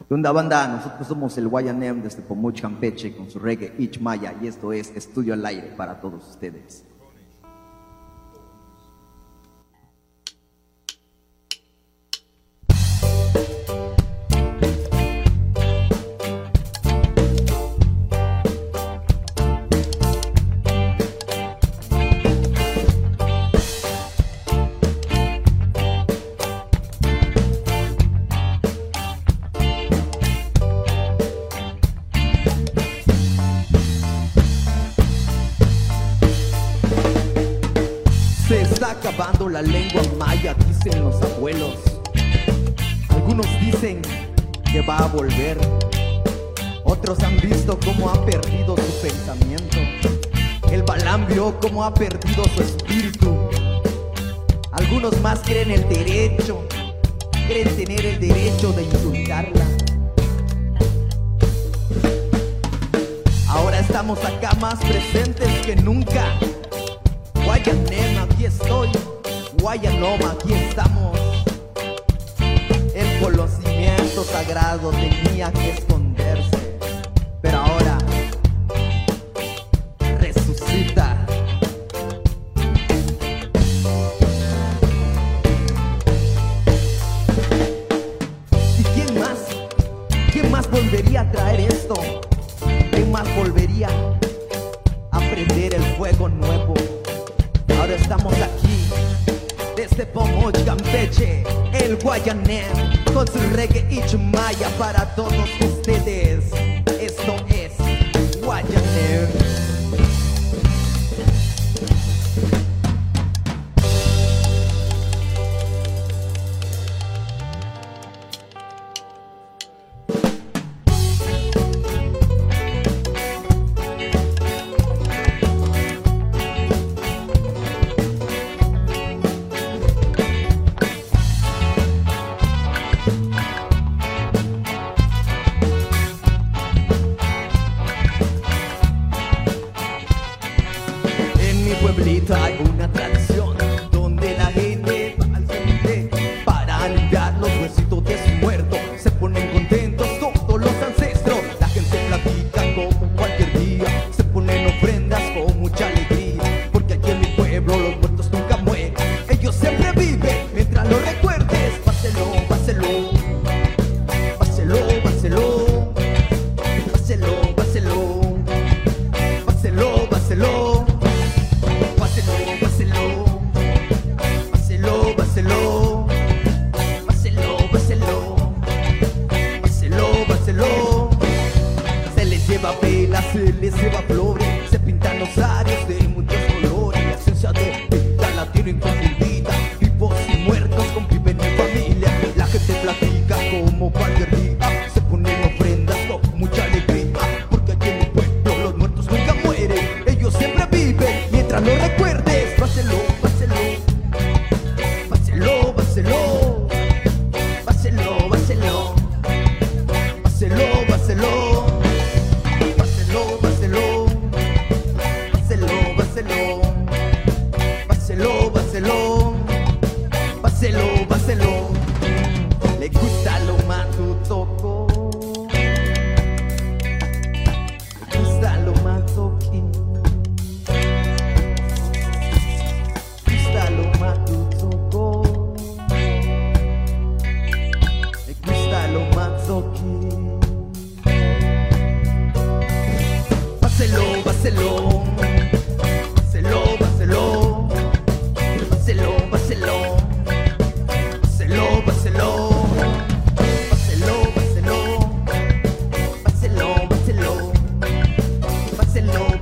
¿Qué onda, banda? Nosotros somos el YNM desde Pomuch, Campeche, con su reggae Ich Maya, y esto es Estudio al Aire para todos ustedes. Se está acabando la lengua maya, dicen los abuelos. Algunos dicen que va a volver. Otros han visto cómo ha perdido su pensamiento. El Balam vio cómo ha perdido su espíritu. Algunos más creen el derecho, creen tener el derecho de insultarla. Ahora estamos acá más presentes que nunca. YNM, aquí estoy. YNOM, aquí estamos. El conocimiento sagrado tenía que esconderse, pero ahora resucita. ¿Y quién más? ¿Quién más volvería a traer esto? ¿Quién más volvería a prender el fuego nuevo? Ahora estamos aquí, desde Pomuch, Campeche, el YNM, con su reggae Ich Maya para todos ustedes. Esto es YNM. Hay una tradición donde la gente va al cementerio para limpiar los huesitos de su muerto. Se ponen contentos todos los ancestros. La gente platica como cualquier día. Se ponen ofrendas con mucha alegría, porque aquí en mi pueblo los muertos nunca mueren. Ellos siempre viven mientras los recuerdes. Páselo, páselo, páselo, páselo, páselo, páselo, páselo, páselo. Se les lleva flores, se pintan los arios de muchos colores. La esencia de vida la tienen confundida. Vivos y muertos conviven en familia. La gente platica como cualquier día. Se ponen ofrendas con mucha alegría, porque aquí en mi pueblo los muertos nunca mueren. Ellos siempre viven mientras los recuerdes. Páselo, páselo, páselo, páselo, páselo, páselo, páselo, páselo. Páselo, páselo. Le gusta lo matutoco, le gusta lo matoquín, le gusta lo matutoco, le gusta lo matoquín. Páselo, páselo, páselo, páselo, páselo, páselo. Páselo, páselo, páselo, páselo, páselo, páselo,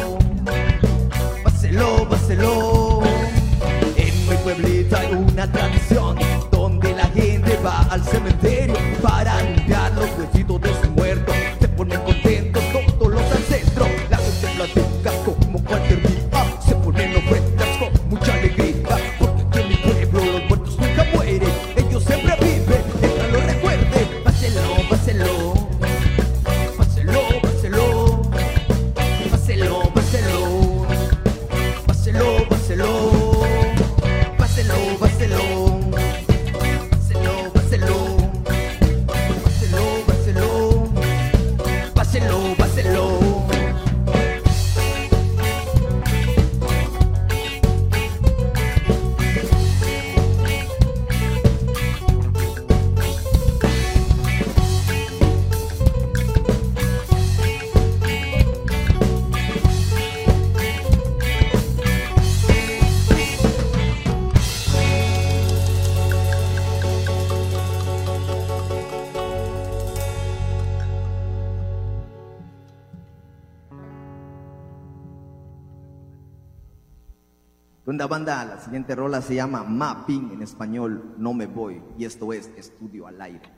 páselo, páselo. En mi pueblito hay una tradición donde la gente va al cementerio para limpiar los huesitos de su muerto. Se ponen contentos todos los ancestros. La gente platica como cualquier día. Se ponen ofrendas con mucha alegría, porque aquí en mi pueblo los muertos nunca mueren. Ellos siempre viven mientras lo recuerden. Páselo, páselo, páselo, páselo, páselo, páselo, páselo, páselo, páselo, páselo, páselo, páselo. Una banda, la siguiente rola se llama Mapping, en español No Me Voy, y esto es Estudio al Aire.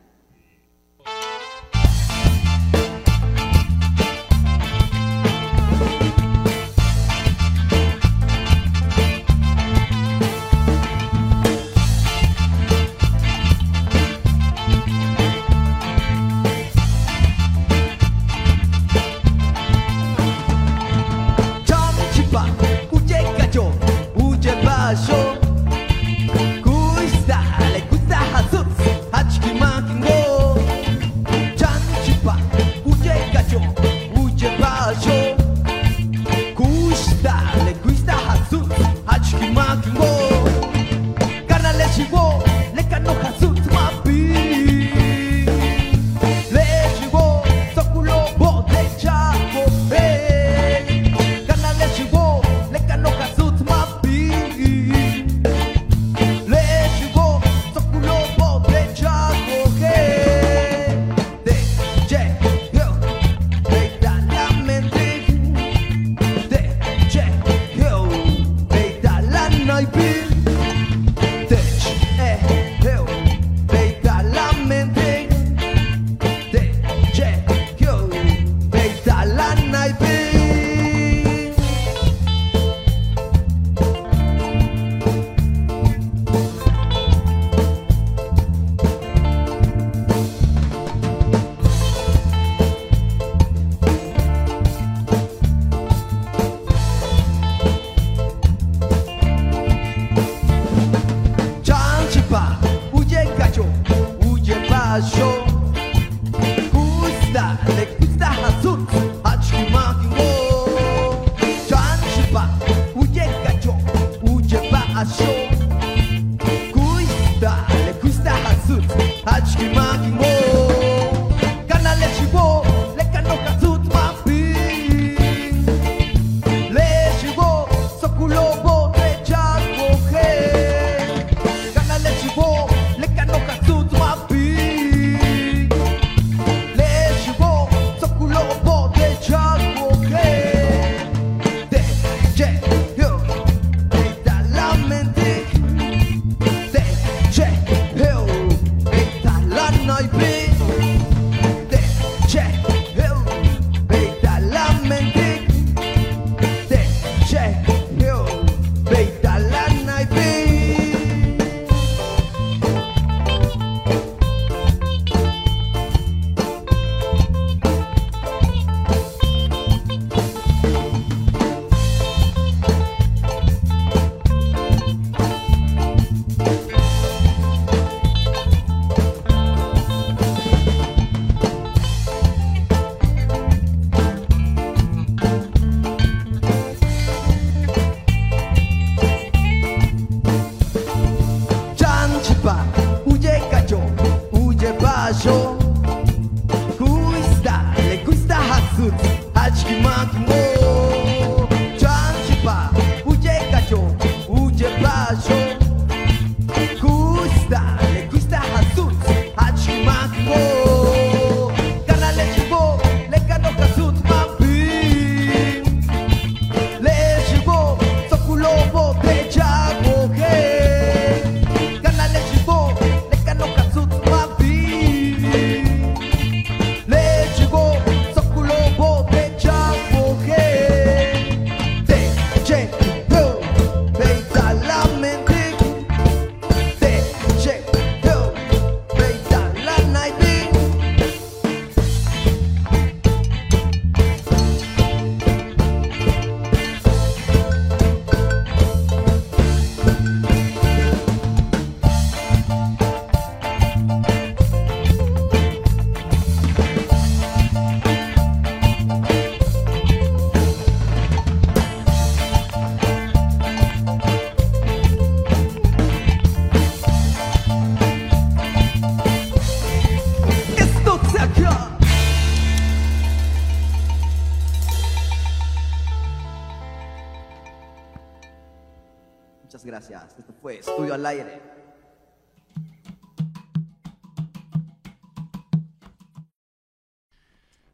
Muchas gracias. Esto fue Estudio al Aire.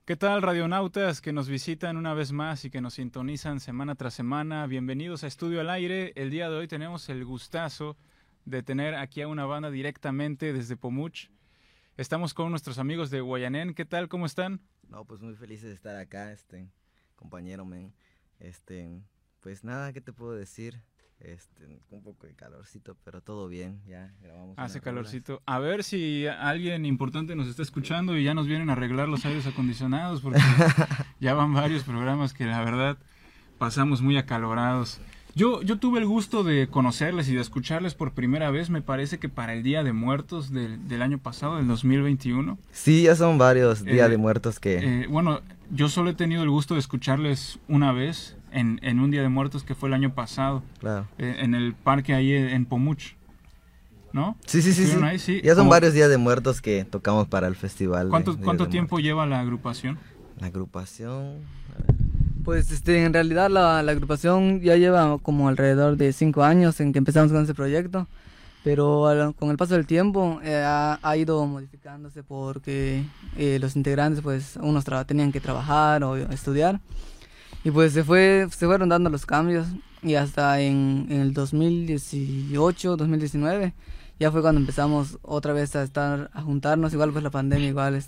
¿Qué tal, radionautas que nos visitan una vez más y que nos sintonizan semana tras semana? Bienvenidos a Estudio al Aire. El día de hoy tenemos el gustazo de tener aquí a una banda directamente desde Pomuch. Estamos con nuestros amigos de Guayanén. ¿Qué tal? ¿Cómo están? No, pues muy felices de estar acá, compañero, men. Pues nada, ¿qué te puedo decir? Un poco de calorcito, pero todo bien, ya grabamos. Hace calorcito. A ver si alguien importante nos está escuchando y ya nos vienen a arreglar los aires acondicionados, porque ya van varios programas que la verdad pasamos muy acalorados. Yo tuve el gusto de conocerles y de escucharles por primera vez, me parece que para el Día de Muertos del año pasado, del 2021. Sí, ya son varios Días de Muertos que... Bueno, yo solo he tenido el gusto de escucharles una vez en un Día de Muertos que fue el año pasado. Claro. En el parque ahí en Pomuch, ¿no? Sí. Ahí, sí. Ya son varios Días de Muertos que tocamos para el festival. ¿Cuánto tiempo lleva la agrupación? La agrupación... Pues en realidad la agrupación ya lleva como alrededor de 5 años en que empezamos con ese proyecto, pero con el paso del tiempo ha ido modificándose porque los integrantes pues unos tenían que trabajar o estudiar y pues se fueron dando los cambios y hasta en el 2018, 2019 ya fue cuando empezamos otra vez a juntarnos. Igual pues la pandemia igual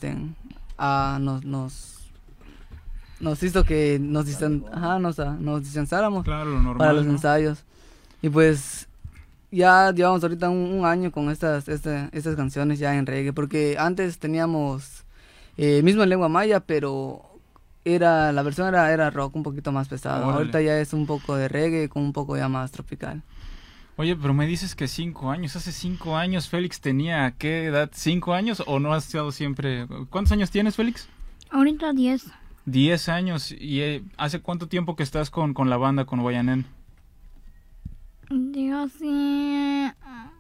nos hizo que nos distanciáramos, claro, lo normal, para los ¿no? ensayos. Y pues ya llevamos ahorita un año con estas canciones ya en reggae, porque antes teníamos mismo en lengua maya, pero la versión era rock un poquito más pesado. Órale. Ahorita ya es un poco de reggae con un poco ya más tropical. Oye, pero me dices que 5 años. Hace 5 años Félix tenía, ¿qué edad? ¿5 años o no has estado siempre? ¿Cuántos años tienes, Félix? Ahorita 10. 10 años. ¿Y hace cuánto tiempo que estás con la banda, con Guayanén? Digo así.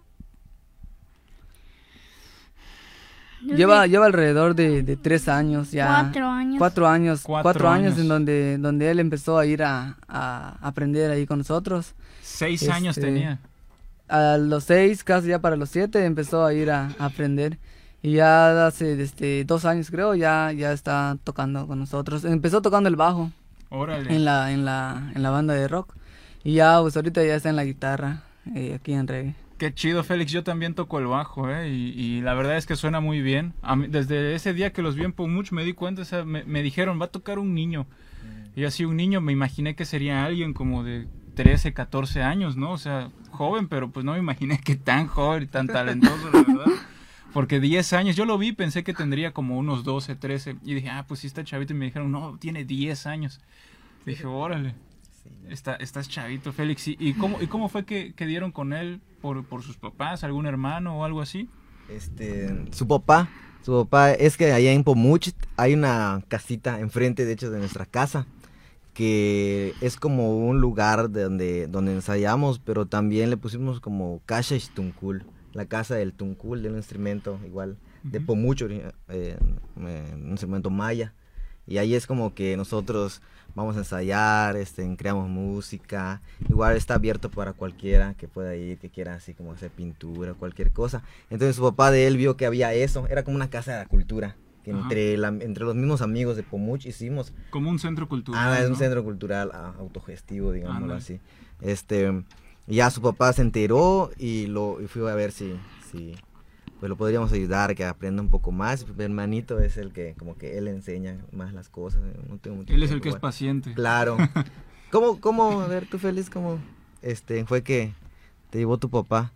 Lleva alrededor de 3 años ya. 4 años. 4 años. 4 4 años años. en donde él empezó a ir a aprender ahí con nosotros. 6 años tenía. A los 6, casi ya para los 7, empezó a ir a aprender. Y ya hace 2 años creo, ya está tocando con nosotros. Empezó tocando el bajo Órale. en la banda de rock. Y ya pues ahorita ya está en la guitarra, aquí en reggae. Qué chido, Félix. Yo también toco el bajo, y la verdad es que suena muy bien. Desde ese día que los vi en Pomuch me di cuenta, o sea, me dijeron, va a tocar un niño. Y así un niño, me imaginé que sería alguien como de 13, 14 años, ¿no? O sea, joven, pero pues no me imaginé que tan joven y tan talentoso, la verdad. Porque 10 años, yo lo vi, pensé que tendría como unos 12, 13. Y dije, pues sí está chavito. Y me dijeron, no, tiene 10 años. Dije, órale, estás chavito, Félix. ¿Y cómo fue que dieron con él? ¿Por sus papás, algún hermano o algo así? Su papá es que allá en Pomuch hay una casita enfrente, de hecho, de nuestra casa, que es como un lugar donde ensayamos, pero también le pusimos como Kasha Tunkul, la casa del tunkul, de un instrumento igual de Pomuch, un instrumento maya. Y ahí es como que nosotros vamos a ensayar, creamos música. Igual está abierto para cualquiera que pueda ir, que quiera así como hacer pintura, cualquier cosa. Entonces su papá de él vio que había eso, era como una casa de la cultura, que entre los mismos amigos de Pomuch hicimos. Como un centro cultural, Es ¿no? un centro cultural autogestivo, digámoslo así. Ya su papá se enteró y fui a ver si pues lo podríamos ayudar, que aprenda un poco más. Mi hermanito es el que, como que él enseña más las cosas. No tengo mucho Él es el tiempo, que es bueno. paciente. Claro. ¿Cómo, a ver, tú, Félix, cómo fue que te llevó tu papá?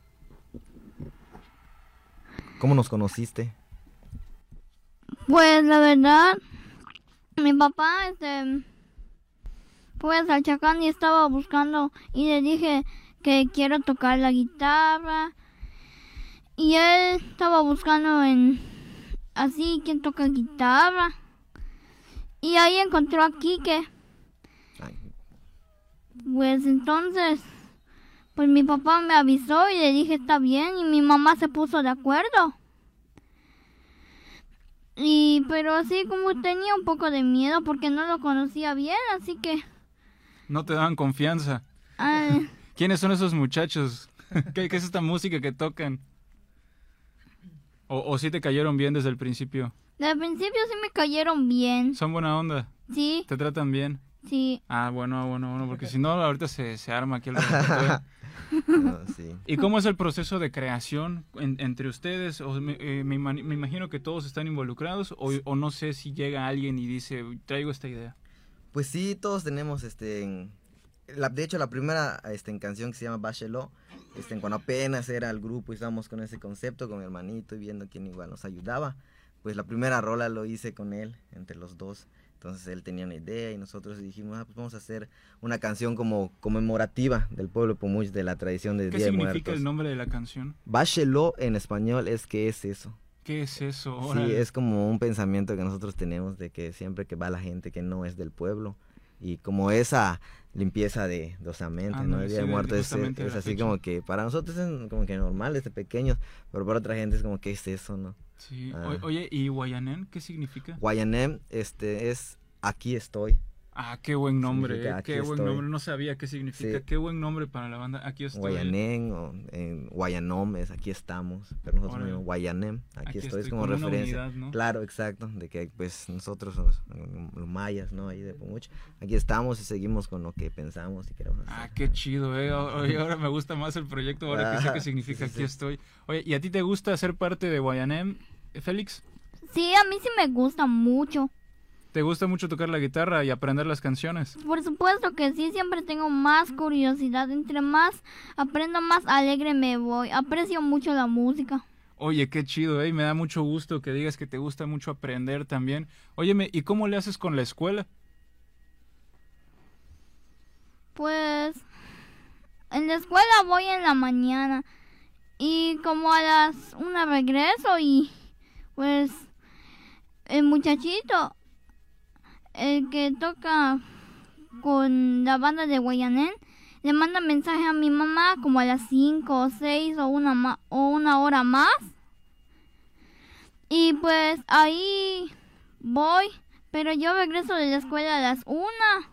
¿Cómo nos conociste? Pues la verdad, mi papá, pues al Chacán y estaba buscando y le dije que quiero tocar la guitarra. Y él estaba buscando así quien toca guitarra. Y ahí encontró a Quique. Ay, Pues entonces, pues mi papá me avisó y le dije está bien y mi mamá se puso de acuerdo. Pero así como tenía un poco de miedo porque no lo conocía bien, así que... No te daban confianza. ay, ¿Quiénes son esos muchachos? ¿Qué es esta música que tocan? ¿O sí te cayeron bien desde el principio? Al principio sí me cayeron bien. ¿Son buena onda? Sí, ¿Te tratan bien? sí. Bueno, porque si no, ahorita se arma aquí el repertorio. No, sí. ¿Y cómo es el proceso de creación entre ustedes? Me imagino que todos están involucrados o no sé si llega alguien y dice, traigo esta idea. Pues sí, todos tenemos, de hecho, la primera canción que se llama Bachelot, cuando apenas era el grupo y estábamos con ese concepto, con mi hermanito y viendo quién igual nos ayudaba, pues la primera rola lo hice con él, entre los dos. Entonces él tenía una idea y nosotros dijimos, pues vamos a hacer una canción como conmemorativa del pueblo Pomuch, de la tradición del ¿Qué Día de significa Muertos. el nombre de la canción? Bachelot en español es ¿qué es eso? ¿Qué es eso? Sí, Órale. es como un pensamiento que nosotros tenemos de que siempre que va la gente que no es del pueblo y como esa limpieza de osamentas, ¿no? Ándale, El Día de sí, Muertos justamente es la así fecha. como que para nosotros es como que normal desde pequeños, pero para otra gente es como ¿qué es eso, no? Sí. Ah. Oye, ¿y Guayanén qué significa? Guayanem, es aquí estoy. Qué buen nombre, Significa aquí qué buen estoy. nombre. No sabía qué significa. Sí. Qué buen nombre para la banda. Aquí estoy. Guayanén o en Guayanom es aquí estamos, pero nosotros Órale. mismos Guayanem, aquí estoy, es como una referencia. unidad, ¿no? Claro, exacto, de que pues nosotros los mayas, ¿no? Ahí de Pomuch, aquí estamos y seguimos con lo que pensamos y queremos hacer. Qué chido, Oye, ahora me gusta más el proyecto, ahora que sé qué significa sí, sí, aquí estoy. Oye, ¿y a ti te gusta ser parte de Guayanem, Félix? Sí, a mí sí me gusta mucho. ¿Te gusta mucho tocar la guitarra y aprender las canciones? Por supuesto que sí, siempre tengo más curiosidad. Entre más aprendo, más alegre me voy. Aprecio mucho la música. Oye, qué chido, y me da mucho gusto que digas que te gusta mucho aprender también. Óyeme, ¿y cómo le haces con la escuela? Pues en la escuela voy en la mañana y como a las 1 regreso y pues el muchachito, el que toca con la banda de Guayanén, le manda mensaje a mi mamá como a las 5 o 6 o una hora más. Y pues ahí voy, pero yo regreso de la escuela a las 1.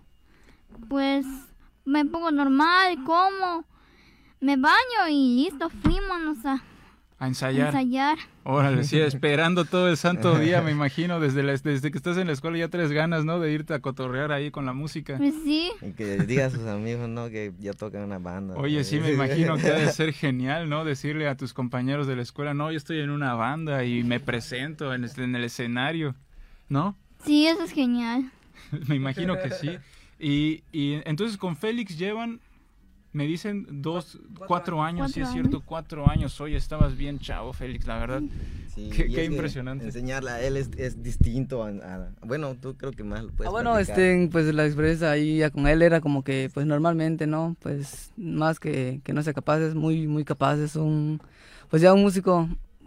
Pues me pongo normal, como, me baño y listo, fuimos a A ensayar. ensayar. Órale, sí, esperando todo el santo día, me imagino, desde que estás en la escuela ya traes ganas, ¿no? De irte a cotorrear ahí con la música. Pues sí, Y que diga a sus amigos, ¿no? Que ya tocan una banda. Oye, sí, me imagino que ha de ser genial, ¿no? Decirle a tus compañeros de la escuela, no, yo estoy en una banda y me presento en el escenario, ¿no? sí, eso es genial. Me imagino que sí. Y entonces con Félix llevan, me dicen 4 años, sí es 4 cierto, años. 4 años. Oye, estabas bien chavo, Félix, la verdad. Sí, Qué y es que impresionante. Enseñarla a él es distinto bueno, tú creo que más lo puedes Bueno, platicar. pues la experiencia ahí ya con él era como que, pues normalmente, ¿no? Pues más que no sea capaz, es muy, muy capaz, pues ya un músico,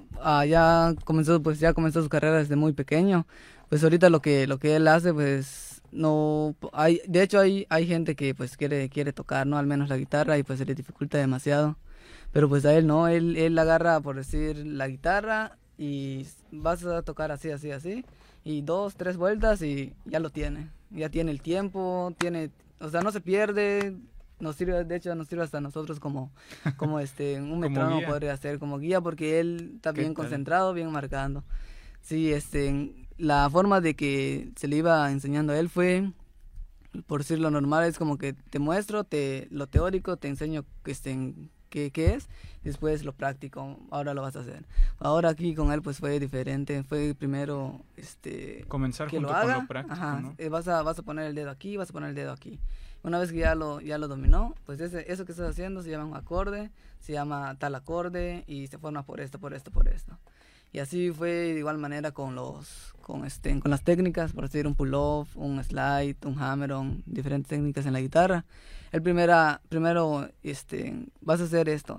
ya comenzó su carrera desde muy pequeño, pues ahorita lo que él hace, pues no, de hecho hay gente que pues quiere tocar, ¿no? Al menos la guitarra y pues se le dificulta demasiado, pero pues a él no, él agarra, por decir, la guitarra y vas a tocar así, así, así, y 2, 3 vueltas y ya lo tiene. Ya tiene el tiempo, o sea, no se pierde, nos sirve, de hecho nos sirve hasta a nosotros como un metrónomo guía. podría ser, como guía, porque él está ¿Qué bien tal? concentrado, bien marcando. Sí, la forma de que se le iba enseñando a él fue, por decir lo normal, es como que te muestro lo teórico, te enseño qué es, después lo práctico, ahora lo vas a hacer. Ahora aquí con él pues fue diferente, fue primero Comenzar que junto lo con haga, lo práctico, ajá, ¿no? vas a poner el dedo aquí, vas a poner el dedo aquí. Una vez que ya lo dominó, pues eso que estás haciendo se llama un acorde, se llama tal acorde y se forma por esto. Y así fue de igual manera con las técnicas, por decir un pull-off, un slide, un hammer-on, diferentes técnicas en la guitarra. Primero, vas a hacer esto,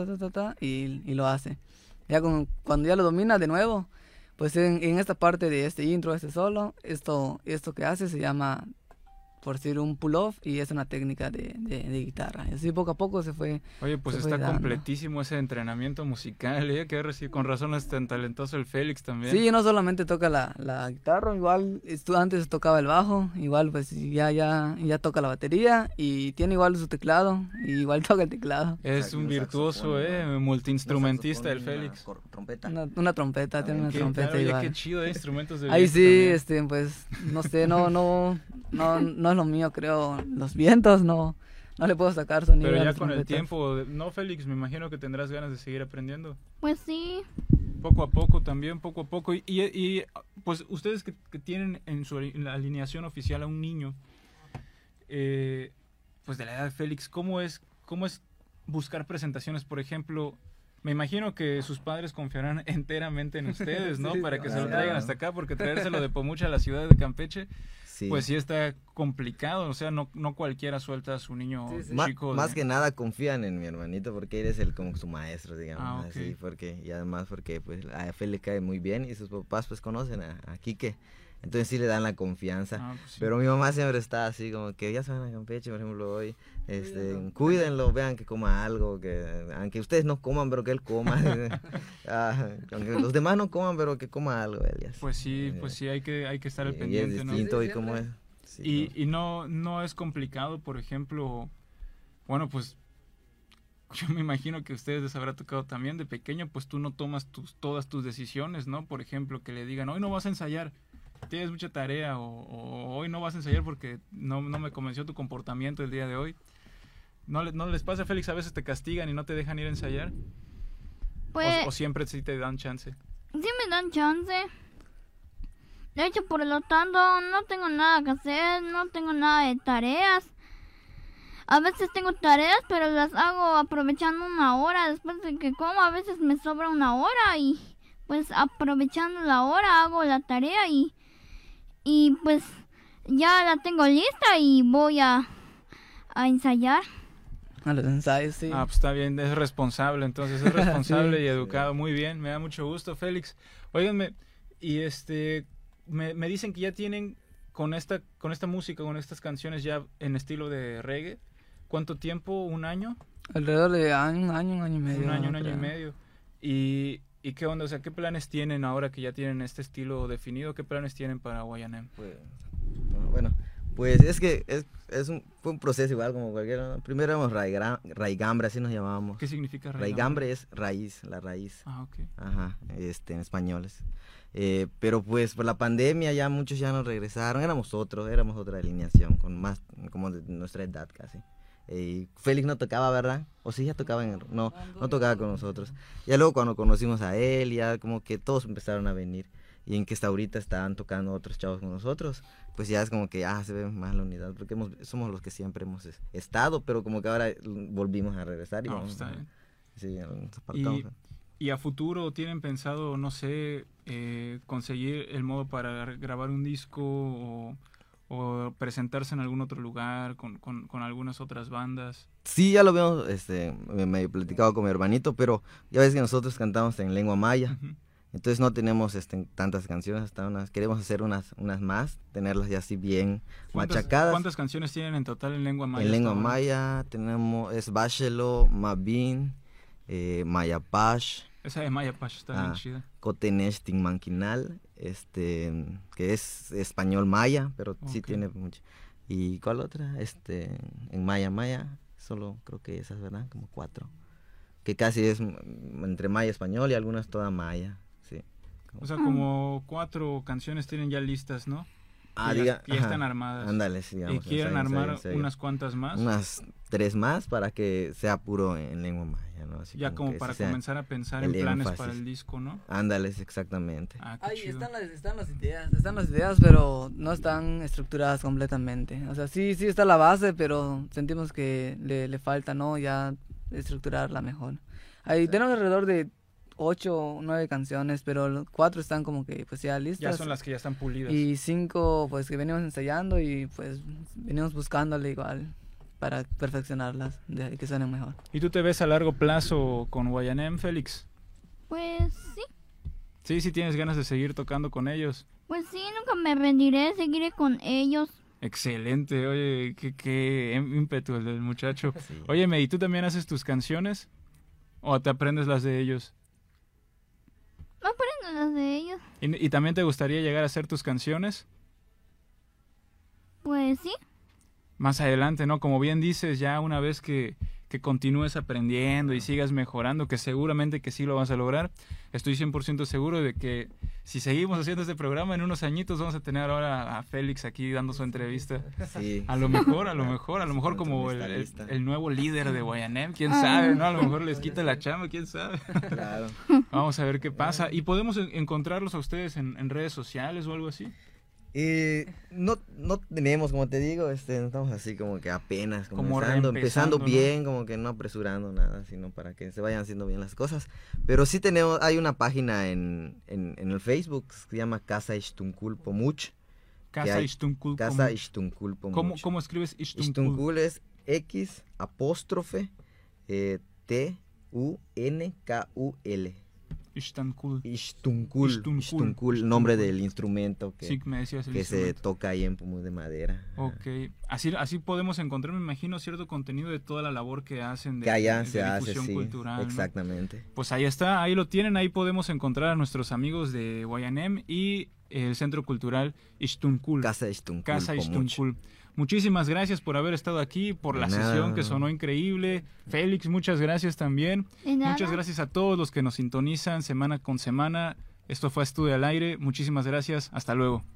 y lo hace. Ya cuando ya lo domina de nuevo, pues en esta parte de este intro, solo, esto que hace se llama por decir un pull-off y es una técnica de guitarra. Y así poco a poco se fue. Oye, pues se fue está dando. completísimo ese entrenamiento musical, ¿eh? Con razón es tan talentoso el Félix también. Sí, no solamente toca la guitarra, igual antes tocaba el bajo, igual pues ya toca la batería y tiene igual su teclado, y igual toca el teclado. Es un virtuoso, multiinstrumentista el Félix. Trompeta. Una trompeta, tiene una trompeta Oye, igual. qué chido, instrumentos de Ahí viento sí, también. pues, no sé, no es lo mío, creo. Los vientos no le puedo sacar sonido. Pero a ya las con el trompetas. tiempo, ¿no, Félix? Me imagino que tendrás ganas de seguir aprendiendo. Pues sí. Poco a poco también, poco a poco. Y pues ustedes que tienen en la alineación oficial a un niño, pues de la edad de Félix, ¿cómo es buscar presentaciones? Por ejemplo, me imagino que sus padres confiarán enteramente en ustedes, ¿no? Sí, Para que se lo claro. traigan hasta acá, porque traérselo de Pomucha a la ciudad de Campeche, Sí. pues sí está complicado. O sea, no cualquiera suelta a su niño Sí, sí. chico. Más que nada confían en mi hermanito porque él es como su maestro, digamos. Ah, ok. Así, y además porque pues a Fe le cae muy bien y sus papás pues conocen a Quique. Entonces sí le dan la confianza. Ah, pues sí. Pero mi mamá siempre está así como que ya se van a Campeche, por ejemplo, hoy. Cuídenlo, vean que coma algo, que aunque ustedes no coman, pero que él coma. Aunque los demás no coman, pero que coma algo él. Y así. Pues sí, hay que estar al Y pendiente, es ¿no? distinto y Sí, cómo es. siempre. Sí, Y no es complicado, por ejemplo, bueno, pues yo me imagino que a ustedes les habrá tocado también de pequeño, pues tú no tomas todas tus decisiones, ¿no? Por ejemplo, que le digan, hoy no vas a ensayar, tienes mucha tarea, o hoy no vas a ensayar porque no me convenció tu comportamiento el día de hoy. ¿No les pasa, Félix? A veces te castigan y no te dejan ir a ensayar. Pues O siempre sí te dan chance. sí me dan chance. De hecho, por lo tanto, no tengo nada que hacer, no tengo nada de tareas. A veces tengo tareas, pero las hago aprovechando una hora después de que como. A veces me sobra una hora y pues aprovechando la hora hago la tarea y pues ya la tengo lista y voy a ensayar. A los ensayos, sí. Ah, pues está bien, es responsable, entonces es responsable Sí. y educado. Muy bien, me da mucho gusto, Félix. Óiganme, y me dicen que ya tienen con esta música, con estas canciones ya en estilo de reggae. ¿Cuánto tiempo? ¿Un año? Alrededor de un año y medio. Un año ¿no? y Creo. medio. ¿Y qué onda? O sea, ¿qué planes tienen ahora que ya tienen este estilo definido? ¿Qué planes tienen para Guayanem? Bueno, pues es que fue un proceso igual como cualquiera, ¿no? Primero éramos raigambre, así nos llamábamos. ¿Qué significa Raigambre es raíz, la raíz. Ah, ok. Ajá, en españoles. Pero pues por la pandemia ya muchos ya nos regresaron, éramos otra alineación, con más, como de nuestra edad casi. Félix no tocaba, ¿verdad? O sí, ya tocaba, no tocaba con nosotros. Ya luego cuando conocimos a él, ya como que todos empezaron a venir. Y en que hasta ahorita estaban tocando otros chavos con nosotros, pues ya es como que se ve más la unidad, porque somos los que siempre hemos estado, pero como que ahora volvimos a regresar y Ah, vamos pues está bien. sí, ya nos apartamos. ¿Y a futuro tienen pensado, no sé, conseguir el modo para grabar un disco o presentarse en algún otro lugar con algunas otras bandas? Sí, ya lo vemos, me he platicado con mi hermanito, pero ya ves que nosotros cantamos en lengua maya. Ujú. Entonces no tenemos tantas canciones, queremos hacer unas más, tenerlas ya así bien machacadas. ¿Cuántas canciones tienen en total en lengua maya? En lengua hasta ahora? maya tenemos Bachelo, Mabin, Mayapash, Esa de Maya Pash está bien chida. Cotenesh Manquinal, que es español maya, pero sí Ok. tiene mucho. ¿Y cuál otra? En maya, solo creo que esas, ¿verdad? Como 4. Que casi es entre maya y español y algunas toda maya, sí. O sea, como 4 canciones tienen ya listas, ¿no? Ya están armadas. Ándale, sí, ¿Y digamos, quieren ensayo, armar ensayo. unas cuantas más? Unas 3 más para que sea puro en lengua maya, ¿no? Así Ya como que para ese sea comenzar a pensar en el planes énfasis. para el disco, ¿no? Ándales, exactamente. Ah, qué Ahí chido. están las ideas, pero no están estructuradas completamente. O sea, sí está la base, pero sentimos que le falta, ¿no? Ya estructurarla mejor. Ahí tenemos alrededor de 8 o 9 canciones, pero 4 están como que pues ya listas. Ya son las que ya están pulidas. Y 5 pues que venimos ensayando y pues venimos buscándole igual para perfeccionarlas, de que suenen mejor. ¿Y tú te ves a largo plazo con Guayanem, Félix? Pues sí, Sí tienes ganas de seguir tocando con ellos. pues sí, nunca me rendiré, seguiré con ellos. Excelente, oye, qué ímpetu el del muchacho. Sí. Óyeme, ¿y tú también haces tus canciones? ¿O te aprendes las de ellos? Me aprendo las de ellos. ¿Y también te gustaría llegar a hacer tus canciones? Pues sí. Más adelante, ¿no? Como bien dices, ya una vez que continúes aprendiendo y sigas mejorando, que seguramente que sí lo vas a lograr, estoy 100% seguro de que si seguimos haciendo este programa, en unos añitos vamos a tener ahora a Félix aquí dando su entrevista. Sí. A lo mejor como el nuevo líder de Guayanem, quién sabe, ¿no? A lo mejor les quita la chamba, quién sabe. Claro. Vamos a ver qué pasa. ¿Y podemos encontrarlos a ustedes en redes sociales o algo así? No tenemos, como te digo, estamos así como que apenas Como empezando reempezando, ¿no? bien, como que no apresurando nada, sino para que se vayan haciendo bien las cosas. Pero sí hay una página en el Facebook que se llama Casa Ixtuncul Pomuch. Casa Ixtuncul. Casa Ixtuncul Pomuch. ¿Cómo escribes Ixtuncul? Ixtuncul es X''Tunkul. Ixtuncul. Ixtuncul, nombre del instrumento Sí, me decías el que se instrumento. toca ahí en Pomuch de madera. Ok, así podemos encontrar, me imagino, cierto contenido de toda la labor que hacen de, Que allá de se hace, difusión sí, cultural, ¿no? exactamente. Pues ahí está, ahí lo tienen, ahí podemos encontrar a nuestros amigos de Guayanem y el Centro Cultural Ixtuncul. Casa Ixtuncul. Casa Pomuch. Ixtuncul. Muchísimas gracias por haber estado aquí, por la De nada. sesión que sonó increíble. Félix, muchas gracias también. De nada. Muchas gracias a todos los que nos sintonizan semana con semana. Esto fue Estudio al Aire. Muchísimas gracias. Hasta luego.